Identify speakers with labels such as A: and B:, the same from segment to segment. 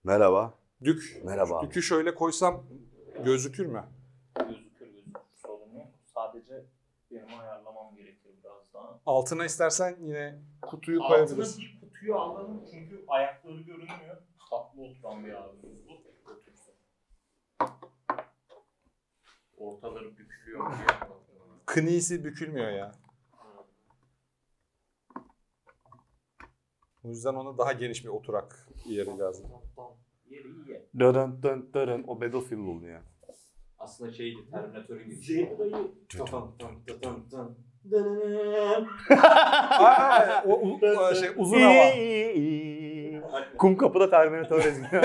A: Merhaba.
B: Dük.
A: Merhaba.
B: Dükü şöyle koysam gözükür mü?
C: Gözükür sorun yok. Sadece benim ayarlamam gerekir biraz daha.
B: Altına istersen yine kutuyu koyabiliriz.
C: Altına bir kutuyu alalım çünkü ayakları görünmüyor. Tatlı oturan bir abimiz bu. Otursun. Ortaları bükülüyor mu diye.
B: Knisi bükülmüyor ya. O yüzden ona daha geniş bir oturak yeri lazım.
C: Yeri iyi.
A: Dön dön dön. O Battlefield oldu ya.
C: Aslında şeydi, Terminator'un gibi. Zebra'yı
B: O şey uzun hava.
A: Kum kapıda Terminator ezgiyor.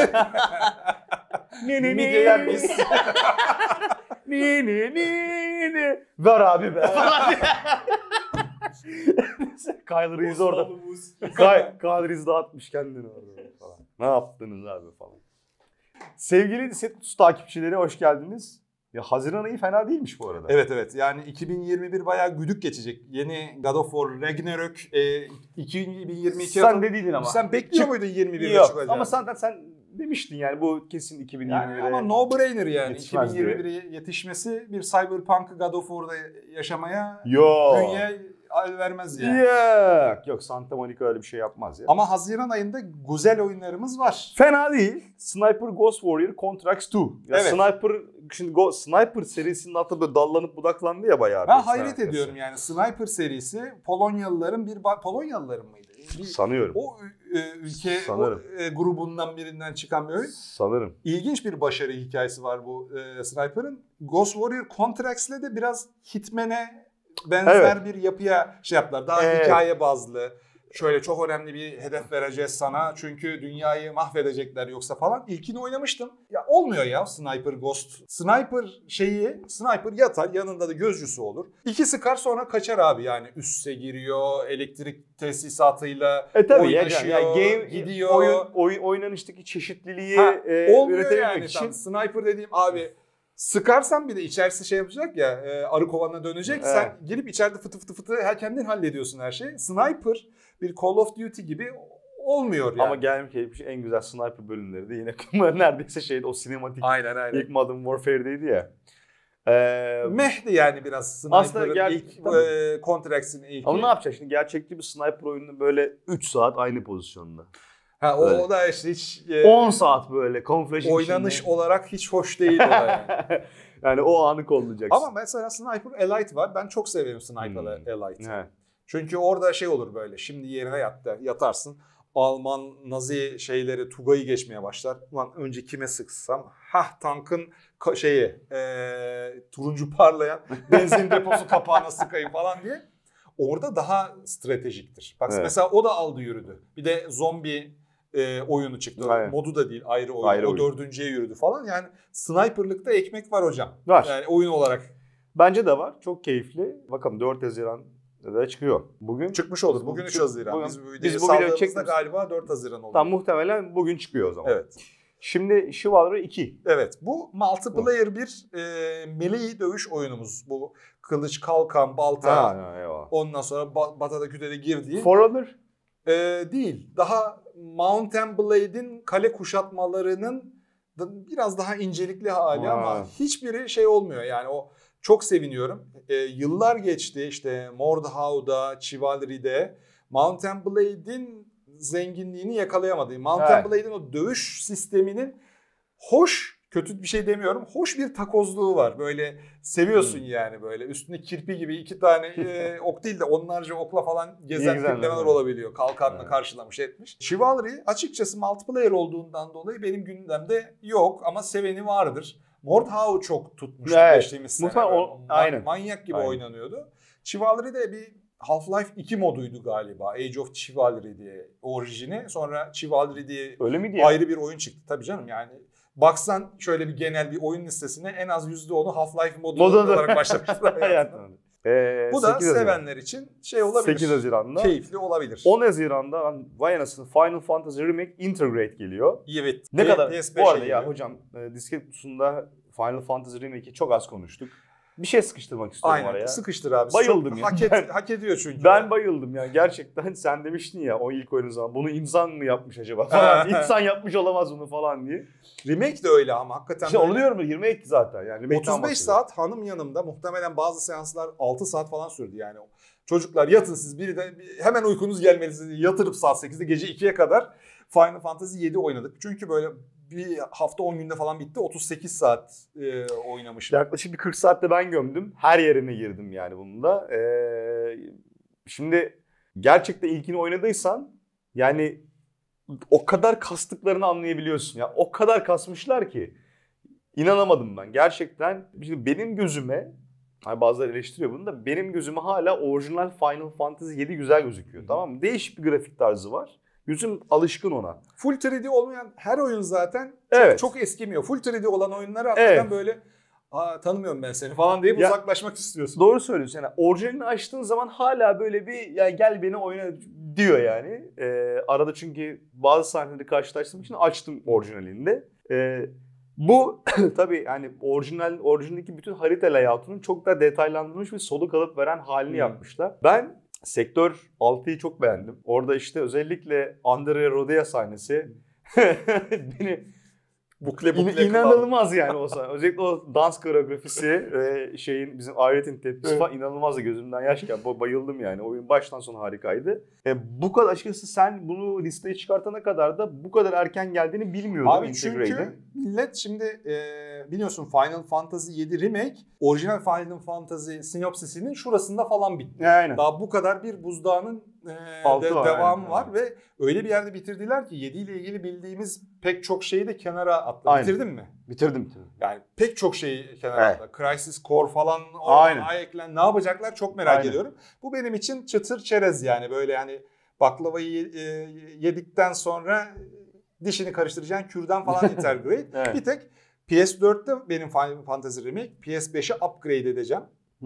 B: Midyeler biz.
A: Ver abi be. Kyle Reese orada. Kyle Reese dağıtmış kendini orada falan. Ne yaptınız abi falan. Sevgili Disset Kutusu takipçileri hoş geldiniz. Ya Haziran ayı fena değilmiş bu arada.
B: Evet. Yani 2021 bayağı güdük geçecek. Yeni God of War Ragnarök 2022.
A: Sen de değildin ama.
B: Sen bekliyor muydun 21'de
A: Yok
B: çıkacağını?
A: ama sen demiştin yani bu kesin 2021'e.
B: Yani ama no brainer yani.
A: Yetişmez diye.
B: 2021'e yetişmesi bir Cyberpunk God of War'da yaşamaya
A: Yok.
B: dünya el vermez yani.
A: Yok Santa Monica öyle bir şey yapmaz ya.
B: Ama Haziran ayında güzel oyunlarımız var.
A: Fena değil. Sniper Ghost Warrior Contracts 2. Ya
B: Evet.
A: Sniper serisinin hatta böyle dallanıp budaklandı ya bayağı.
B: Ben
A: bir
B: hayret
A: Sniper
B: ediyorum yani Sniper serisi Polonyalıların Polonyalıların mıydı?
A: Sanıyorum.
B: O ülke
A: Sanırım.
B: grubundan birinden çıkan bir oyun.
A: Sanırım.
B: İlginç bir başarı hikayesi var bu Sniper'ın. Ghost Warrior Contracts'le de biraz Hitman'e benzer bir yapıya şey yaptılar. Daha hikaye bazlı. Şöyle çok önemli bir hedef vereceğiz sana çünkü dünyayı mahvedecekler yoksa falan. İlkini oynamıştım. Ya olmuyor ya Sniper Ghost. Sniper yatar, yanında da gözcüsü olur. İki sıkar sonra kaçar abi yani üsse giriyor, elektrik tesisatıyla oynaşıyor, gidiyor.
A: Oynanıştaki çeşitliliği
B: olmuyor
A: üretebilmek
B: yani
A: için.
B: tam. Sniper dediğim abi sıkarsan bir de içerisi şey yapacak ya arı kovanına dönecek.
A: Evet.
B: Sen girip içeride fıtı fıtı kendin hallediyorsun her şeyi. Sniper bir Call of Duty gibi olmuyor yani.
A: Ama gelmiş en güzel Sniper bölümleri de yine neredeyse o sinematik
B: Aynen.
A: ilk Modern Warfare'deydi ya.
B: Mehdi yani biraz
A: Aslında
B: Sniper'ın ilk Contracts'in ilki.
A: Ama ne yapacaksın şimdi gerçekçi bir sniper oyununu böyle 3 saat aynı pozisyonda.
B: O da işte hiç
A: 10 saat böyle conflation
B: oynanış
A: içinde.
B: olarak hiç hoş değil o da yani.
A: Yani o anı kollayacaksın.
B: Ama mesela Sniper Elite var. Ben çok severim Sniper Elite'i.
A: He.
B: Çünkü orada şey olur böyle. Şimdi yerine yatarsın. Alman Nazi şeyleri Tugay'ı geçmeye başlar. Ulan önce kime sıksam? Tankın turuncu parlayan benzin deposu kapağına sıkayım falan diye. Orada daha stratejiktir. Bak mesela o da aldı yürüdü. Bir de zombi oyunu çıktı.
A: Aynen.
B: Modu da değil ayrı oyun. O dördüncüye yürüdü falan. Yani sniper'lıkta ekmek var hocam.
A: Var.
B: Yani oyun olarak.
A: Bence de var. Çok keyifli. Bakalım 4 Haziran'da da çıkıyor. Bugün
B: çıkmış olur. Bugün 3 Haziran.
A: Bugün,
B: biz bu
A: biz bu
B: videoyu
A: çektiğimizde
B: galiba 4 Haziran oldu.
A: Tam muhtemelen bugün çıkıyor o zaman.
B: Evet.
A: Şimdi Chivalry 2.
B: Evet. Bu multiplayer bir melee dövüş oyunumuz. Bu kılıç, kalkan, balta. Ondan sonra batada kütede girdiği.
A: For Honor?
B: Değil. Daha Mount & Blade'in kale kuşatmalarının biraz daha incelikli hali ama hiçbiri şey olmuyor. Yani o çok seviniyorum. Yıllar geçti işte Mordhau'da, Chivalry'de Mount & Blade'in zenginliğini yakalayamadı. Mount & Blade'in o dövüş sisteminin hoş, kötü bir şey demiyorum. Hoş bir takozluğu var. Böyle seviyorsun yani böyle. Üstünde kirpi gibi 2 tane ok değil de onlarca okla falan gezen tiplemeler olabiliyor. Kalkanla karşılamış etmiş. Chivalry açıkçası multiplayer olduğundan dolayı benim gündemde yok ama seveni vardır. Mordhau çok tutmuştu geçtiğimiz sene.
A: Aynen.
B: Manyak gibi oynanıyordu. Chivalry'de bir Half-Life 2 moduydu galiba. Age of Chivalry diye orijini. Sonra Chivalry diye ayrı bir oyun çıktı. Tabii canım yani. Baksan şöyle bir genel bir oyun listesine en az %10'u Half-Life modu olarak başlamışlar. Bu da sevenler için şey olabilir.
A: 8 Haziran'da.
B: Keyifli olabilir.
A: 10 Haziran'da vay anasını Final Fantasy Remake Integrate geliyor.
B: Evet.
A: Ne kadar?
B: PS5'e
A: bu arada ya hocam disket kutusunda Final Fantasy Remake'i çok az konuştuk. Bir şey sıkıştırmak istiyorum
B: Aynen.
A: oraya.
B: Sıkıştır abi.
A: Bayıldım
B: Çok
A: ya.
B: hak ediyor çünkü.
A: Ben bayıldım ya. Gerçekten sen demiştin ya o ilk oyunun zaman. Bunu insan mı yapmış acaba falan. İnsan yapmış olamaz bunu falan diye.
B: Remake de öyle ama hakikaten.
A: İşte
B: böyle.
A: onu diyorum 22 zaten. Yani remake'ten
B: 35
A: bahsediyorum.
B: saat hanım yanımda. Muhtemelen bazı seanslar 6 saat falan sürdü yani. Çocuklar yatın siz, biri de hemen uykunuz gelmeli sizi. Yatırıp saat 8'de gece 2'ye kadar Final Fantasy 7 oynadık. Çünkü böyle bir hafta 10 günde falan bitti. 38 saat oynamışım.
A: Yaklaşık bir 40 saatte ben gömdüm. Her yerine girdim yani bunun da. Şimdi gerçekten ilkini oynadıysan yani o kadar kastıklarını anlayabiliyorsun. Ya o kadar kasmışlar ki inanamadım ben. Gerçekten şimdi benim gözüme, hani bazıları eleştiriyor bunu da, benim gözüme hala orijinal Final Fantasy 7 güzel gözüküyor. Tamam mı? Değişik bir grafik tarzı var. Gözüm alışkın ona.
B: Full 3D olmayan her oyun zaten
A: Evet.
B: çok eskimiyor. Full 3D olan oyunları hakikaten
A: Evet.
B: böyle tanımıyorum ben seni falan deyip
A: Ya,
B: uzaklaşmak istiyorsun.
A: Doğru söylüyorsun. Yani orijinalini açtığın zaman hala böyle bir ya gel beni oyna diyor yani. Arada çünkü bazı sahneleri karşılaştığım için açtım orijinalinde. Bu tabii yani orijinaldeki bütün harita layout'unun çok daha detaylandırılmış ve soluk alıp veren halini yapmışlar. Ben Sektör 6'yı çok beğendim. Orada işte özellikle Andrea Rodea sahnesi beni
B: Bukle
A: inanılmaz yani o sahne. Özellikle o dans koreografisi ve şeyin bizim Ayret'in tepkisi falan inanılmazdı, gözümden yaş geldi. Bayıldım yani. Oyun baştan sona harikaydı. Bu kadar açıkçası sen bunu listeye çıkartana kadar da bu kadar erken geldiğini bilmiyordum.
B: Abi çünkü millet şimdi biliyorsun Final Fantasy 7 Remake orijinal Final Fantasy sinopsisinin şurasında falan bitti.
A: Aynen.
B: Daha bu kadar bir buzdağının devamı var ve öyle bir yerde bitirdiler ki 7 ile ilgili bildiğimiz pek çok şeyi de kenara attılar.
A: Aynen.
B: Bitirdin mi?
A: Bitirdim.
B: Yani pek çok şeyi kenara attılar. Crisis Core falan eklen ne yapacaklar çok merak ediyorum. Bu benim için çıtır çerez yani böyle yani baklavayı yedikten sonra dişini karıştıracaksın kürdan falan Intergrade.
A: Evet.
B: Bir tek PS4'te benim Final Fantasy Remake PS5'e upgrade edeceğim.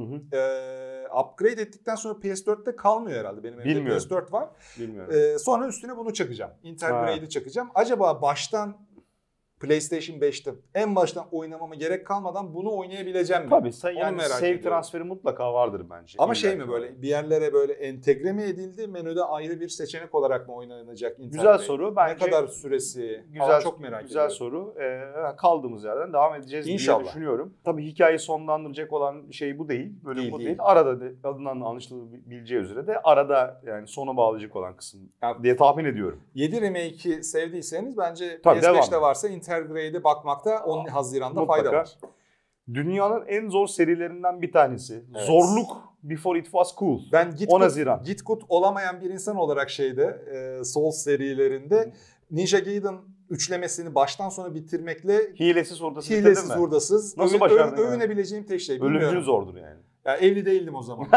B: Upgrade ettikten sonra PS4'te kalmıyor herhalde. Benim evimde PS4 var.
A: Bilmiyorum.
B: Sonra üstüne bunu çakacağım. Intergrade'i çakacağım. Acaba baştan PlayStation 5'te en baştan oynamama gerek kalmadan bunu oynayabileceğim mi?
A: Tabii
B: Onu
A: yani
B: merak
A: save
B: ediyorum.
A: transferi mutlaka vardır bence.
B: Ama şey mi böyle bir yerlere böyle entegre mi edildi? Menüde ayrı bir seçenek olarak mı oynanacak?
A: Güzel soru. Bence
B: ne kadar süresi?
A: güzel,
B: çok merak
A: güzel
B: ediyorum.
A: soru. Kaldığımız yerden devam edeceğiz
B: İnşallah.
A: diye düşünüyorum. Tabii hikayeyi sonlandıracak olan şey bu değil. Bölüm
B: Değil,
A: bu
B: değil.
A: değil. Arada adından anlaşılabileceği üzere de arada yani sona bağlayacak olan kısım diye tahmin ediyorum.
B: 7 Remake'i sevdiyseniz bence
A: Tabii,
B: PS5'te
A: devam.
B: varsa Intergrade'e bakmakta 10 Haziran'da fayda var.
A: Dünyanın en zor serilerinden bir tanesi.
B: Evet.
A: Zorluk Before It Was Cool.
B: Ben
A: 10 Haziran.
B: Git olamayan bir insan olarak Souls serilerinde Ninja Gaiden üçlemesini baştan sona bitirmekle
A: Hilesiz hurdasız bitirdin
B: hilesiz
A: mi?
B: hurdasız
A: Nasıl başardın yani?
B: övünebileceğim tek şey.
A: Ölümcül
B: Bilmiyorum.
A: zordur yani.
B: Ya, evli değildim o zaman.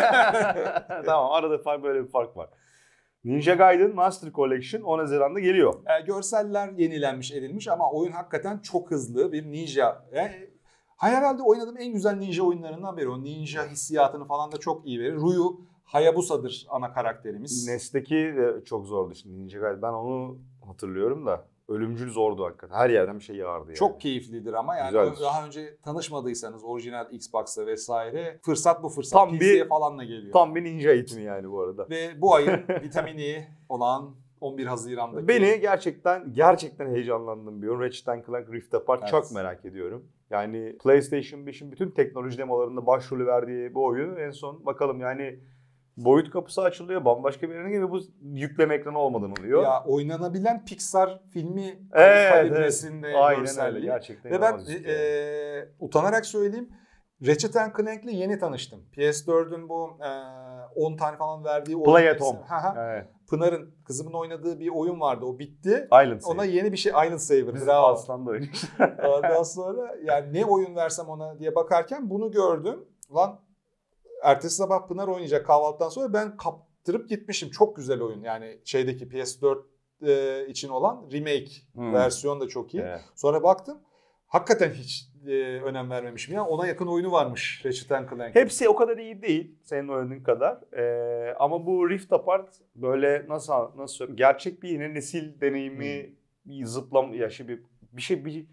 A: Tamam, arada böyle bir fark var. Ninja Gaiden Master Collection 10 Haziran'da geliyor.
B: Görseller yenilenmiş edilmiş ama oyun hakikaten çok hızlı bir ninja. Yani, herhalde oynadığım en güzel ninja oyunlarından biri. O ninja hissiyatını falan da çok iyi verir. Ryu Hayabusa'dır ana karakterimiz.
A: NES'teki de çok zordu şimdi Ninja Gaiden. Ben onu hatırlıyorum da. Ölümcül zordu hakikaten. Her yerden bir şey yağardı yani.
B: Çok keyiflidir ama yani
A: Güzeldir.
B: daha önce tanışmadıysanız orijinal Xbox'ta vesaire fırsat
A: Tam
B: PC'ye
A: bir-
B: falanla geliyor.
A: Tam bir ninja eğitimi yani bu arada.
B: Ve bu ayın vitamini olan 11 Haziran'daki
A: Beni gerçekten heyecanlandım bir oyun. Ratchet & Clank Rift Apart
B: Evet.
A: çok merak ediyorum. Yani PlayStation 5'in bütün teknoloji demolarında başrolü verdiği bu oyun en son bakalım yani boyut kapısı açılıyor. Bambaşka bir yerine gibi bu yükleme ekranı olmadan oluyor.
B: ya oynanabilen Pixar filmi
A: Evet,
B: kalibresinde
A: Aynen öyle
B: görselliği.
A: gerçekten.
B: Ve ben
A: inanılmaz istiyorum.
B: utanarak söyleyeyim Ratchet Clank'le yeni tanıştım. PS4'ün bu 10 tane falan verdiği oyun.
A: Play at Home. Evet.
B: Pınar'ın kızımın oynadığı bir oyun vardı. O bitti.
A: Island
B: Ona
A: Saver.
B: yeni bir şey Island Saver.
A: Biz
B: Bravo.
A: Aslan'da oynuyoruz.
B: Ondan sonra yani ne oyun versem ona diye bakarken bunu gördüm. Lan ertesi sabah Pınar oynayacak kahvaltıdan sonra ben kaptırıp gitmişim. Çok güzel oyun. Yani şeydeki PS4 için olan remake versiyon da çok iyi.
A: Evet.
B: Sonra baktım hakikaten hiç önem vermemişim ya. Ona yakın oyunu varmış Ratchet Clank.
A: Hepsi o kadar iyi değil senin oynadığın kadar. Ama bu Rift Apart böyle nasıl söyleyeyim, gerçek bir yeni nesil deneyimi, bir zıplama yaşı bir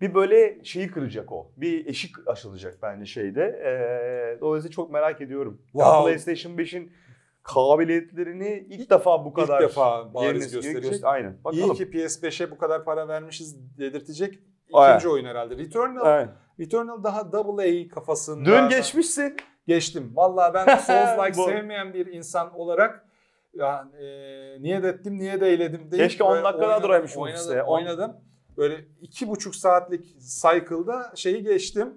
A: bir böyle şeyi kıracak o. Bir eşik açılacak bence şeyde. Dolayısıyla çok merak ediyorum.
B: Wow.
A: PlayStation 5'in kabiliyetlerini ilk defa bu kadar
B: İlk defa bariz
A: yerine-
B: gösterecek.
A: Aynen. Bakalım.
B: İyi ki PS5'e bu kadar para vermişiz dedirtecek
A: Aynen.
B: ikinci oyun herhalde. Returnal
A: Aynen.
B: daha AA kafasında.
A: Dün geçmişsin.
B: Geçtim. Vallahi ben Souls-like
A: Bu-
B: sevmeyen bir insan olarak yani, niyet ettim, niyet eyledim deyip
A: Keşke 10
B: böyle
A: dakika daha duraymış bu işte.
B: oynadım. Böyle 2,5 saatlik cycle'da şeyi geçtim.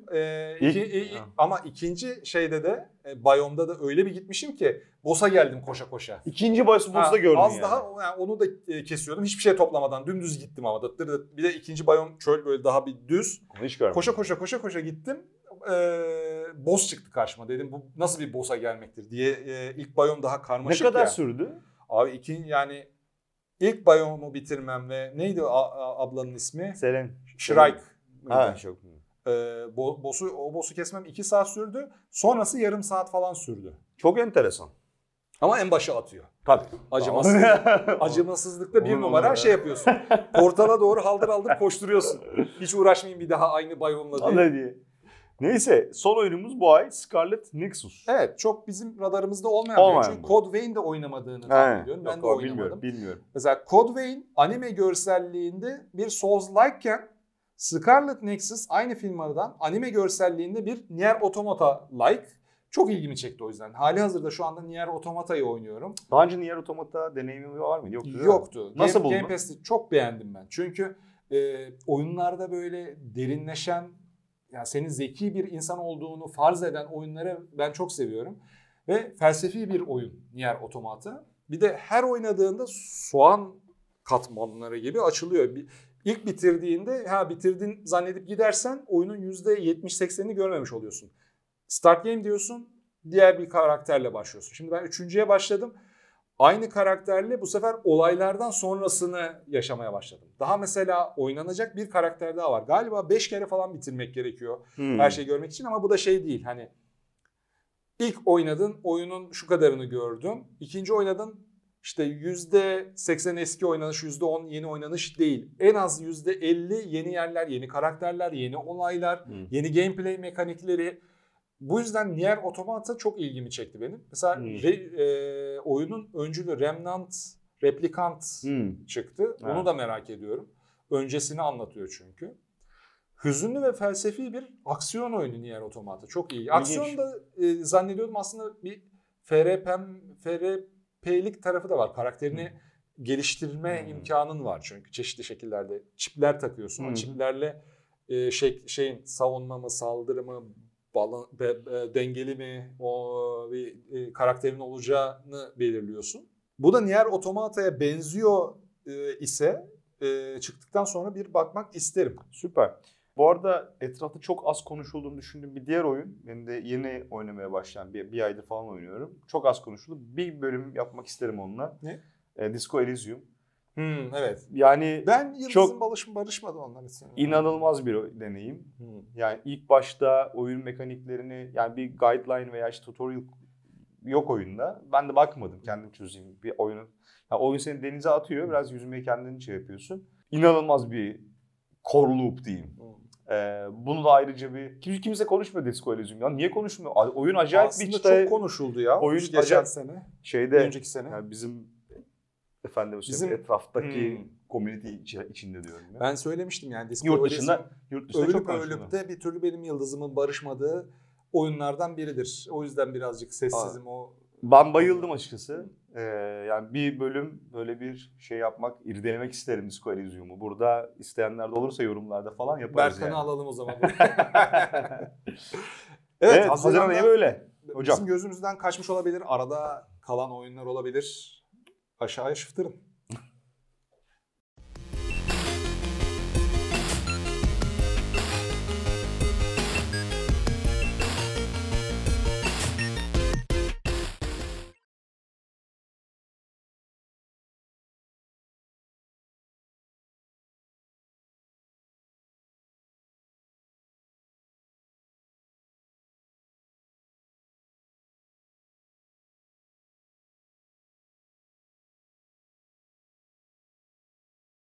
B: Ama ikinci şeyde de Biyom'da da öyle bir gitmişim ki boss'a geldim koşa koşa.
A: İkinci boss'u gördüm
B: az
A: yani.
B: daha yani onu da kesiyordum. Hiçbir şey toplamadan dümdüz gittim ama. Bir de ikinci Biyom çöl böyle daha bir düz.
A: Onu hiç görmedim.
B: Koşa gittim. Boss çıktı karşıma. Dedim bu nasıl bir boss'a gelmektir diye. İlk Biyom daha
A: Ne
B: karmaşık
A: kadar
B: ya.
A: sürdü?
B: Abi yani ilk Biyom'u bitirmem ve neydi ablanın ismi?
A: Selen.
B: Shrike.
A: Ha, çok.
B: O boss'u kesmem 2 saat sürdü. Sonrası yarım saat falan sürdü.
A: Çok enteresan.
B: Ama en başa atıyor.
A: Tabii.
B: Acımasızlıkta bir
A: Onu-
B: numara
A: onu-
B: şey yapıyorsun. Portala doğru haldır koşturuyorsun. Hiç uğraşmayayım bir daha aynı Biyom'la diye.
A: Hadi diye. Neyse son oyunumuz bu ay Scarlet Nexus.
B: Evet, çok bizim radarımızda olmayan bir oyun.
A: Olmayan
B: Çünkü
A: bu.
B: Code Vein de oynamadığını tahmin ediyorum. Ben de oynamadım.
A: Bilmiyorum.
B: Mesela Code Vein anime görselliğinde bir Souls-like'ken Scarlet Nexus aynı firmadan anime görselliğinde bir Nier Automata-like. Çok ilgimi çekti o yüzden. Hali hazırda şu anda Nier Automata'yı oynuyorum.
A: Daha önce Nier Automata deneyimi var mıydı? Yoktu. değil mi?
B: Yoktu.
A: Nasıl buldun?
B: Game Pass'te çok beğendim ben. Çünkü oyunlarda böyle derinleşen, yani senin zeki bir insan olduğunu farz eden oyunları ben çok seviyorum. Ve felsefi bir oyun Nier Automata. Bir de her oynadığında soğan katmanları gibi açılıyor. İlk bitirdiğinde bitirdin zannedip gidersen oyunun %70-80'ini görmemiş oluyorsun. Start game diyorsun, diğer bir karakterle başlıyorsun. Şimdi ben 3.'ye başladım. Aynı karakterle bu sefer olaylardan sonrasını yaşamaya başladım. Daha mesela oynanacak bir karakter daha var. Galiba 5 kere falan bitirmek gerekiyor her şeyi görmek için ama bu da şey değil. Hani ilk oynadın, oyunun şu kadarını gördün. İkinci oynadın, işte %80 eski oynanış, %10 yeni oynanış değil. En az %50 yeni yerler, yeni karakterler, yeni olaylar, yeni gameplay mekanikleri. Bu yüzden Nier Automata çok ilgimi çekti benim. Mesela oyunun öncülü Replicant çıktı.
A: Evet.
B: Onu da merak ediyorum. Öncesini anlatıyor çünkü. Hüzünlü ve felsefi bir aksiyon oyunu Nier Automata. Çok iyi. Aksiyon da zannediyordum aslında bir FRP'lik tarafı da var. Karakterini geliştirme imkanın var çünkü çeşitli şekillerde. Çipler takıyorsun. O çiplerle şeyin savunma mı, saldırı mı, dengeli mi o bir karakterin olacağını belirliyorsun. Bu da Nier Automata'ya benziyor ise çıktıktan sonra bir bakmak isterim.
A: Süper. Bu arada etrafta çok az konuşulduğunu düşündüğüm bir diğer oyun. Ben de yeni oynamaya başlayan bir aydır falan oynuyorum. Çok az konuşuldu. Bir bölüm yapmak isterim onunla.
B: Ne?
A: Disco Elysium.
B: Evet.
A: Yani
B: Ben Yıldız'ın
A: çok
B: barışmadı ondan için.
A: inanılmaz bir deneyim. Yani ilk başta oyun mekaniklerini, yani bir guideline veya işte tutorial yok oyunda. Ben de bakmadım, kendim çözeyim bir oyunu. Yani oyun seni denize atıyor, biraz yüzmeye kendini şey yapıyorsun. İnanılmaz bir core loop diyeyim. Bunu da ayrıca kimse konuşmuyor Disco Elysium. Ya niye konuşmuyor? Oyun acayip
B: aslında
A: bir işte.
B: çok konuşuldu ya.
A: Oyun
B: Geçen
A: acayip
B: sene.
A: Şeyde
B: önceki sene.
A: yani bizim
B: Bizim-
A: etraftaki community içinde diyorum ya.
B: Ben söylemiştim yani Disco
A: Yurt
B: Elysium
A: dışında çok konuşuldu.
B: ölüp de bir türlü benim Yıldız'ımın barışmadığı oyunlardan biridir. O yüzden birazcık sessizim o.
A: Ben bayıldım açıkçası. Yani bir bölüm böyle bir şey yapmak, irdelemek isterim Disco Elysium'u. Burada isteyenler de olursa yorumlarda falan yaparız
B: Berkan'ı
A: yani.
B: alalım o zaman.
A: Evet, Haziran ayı böyle. Hocam.
B: Bizim gözümüzden kaçmış olabilir. Arada kalan oyunlar olabilir. Aşağıya şıftırın.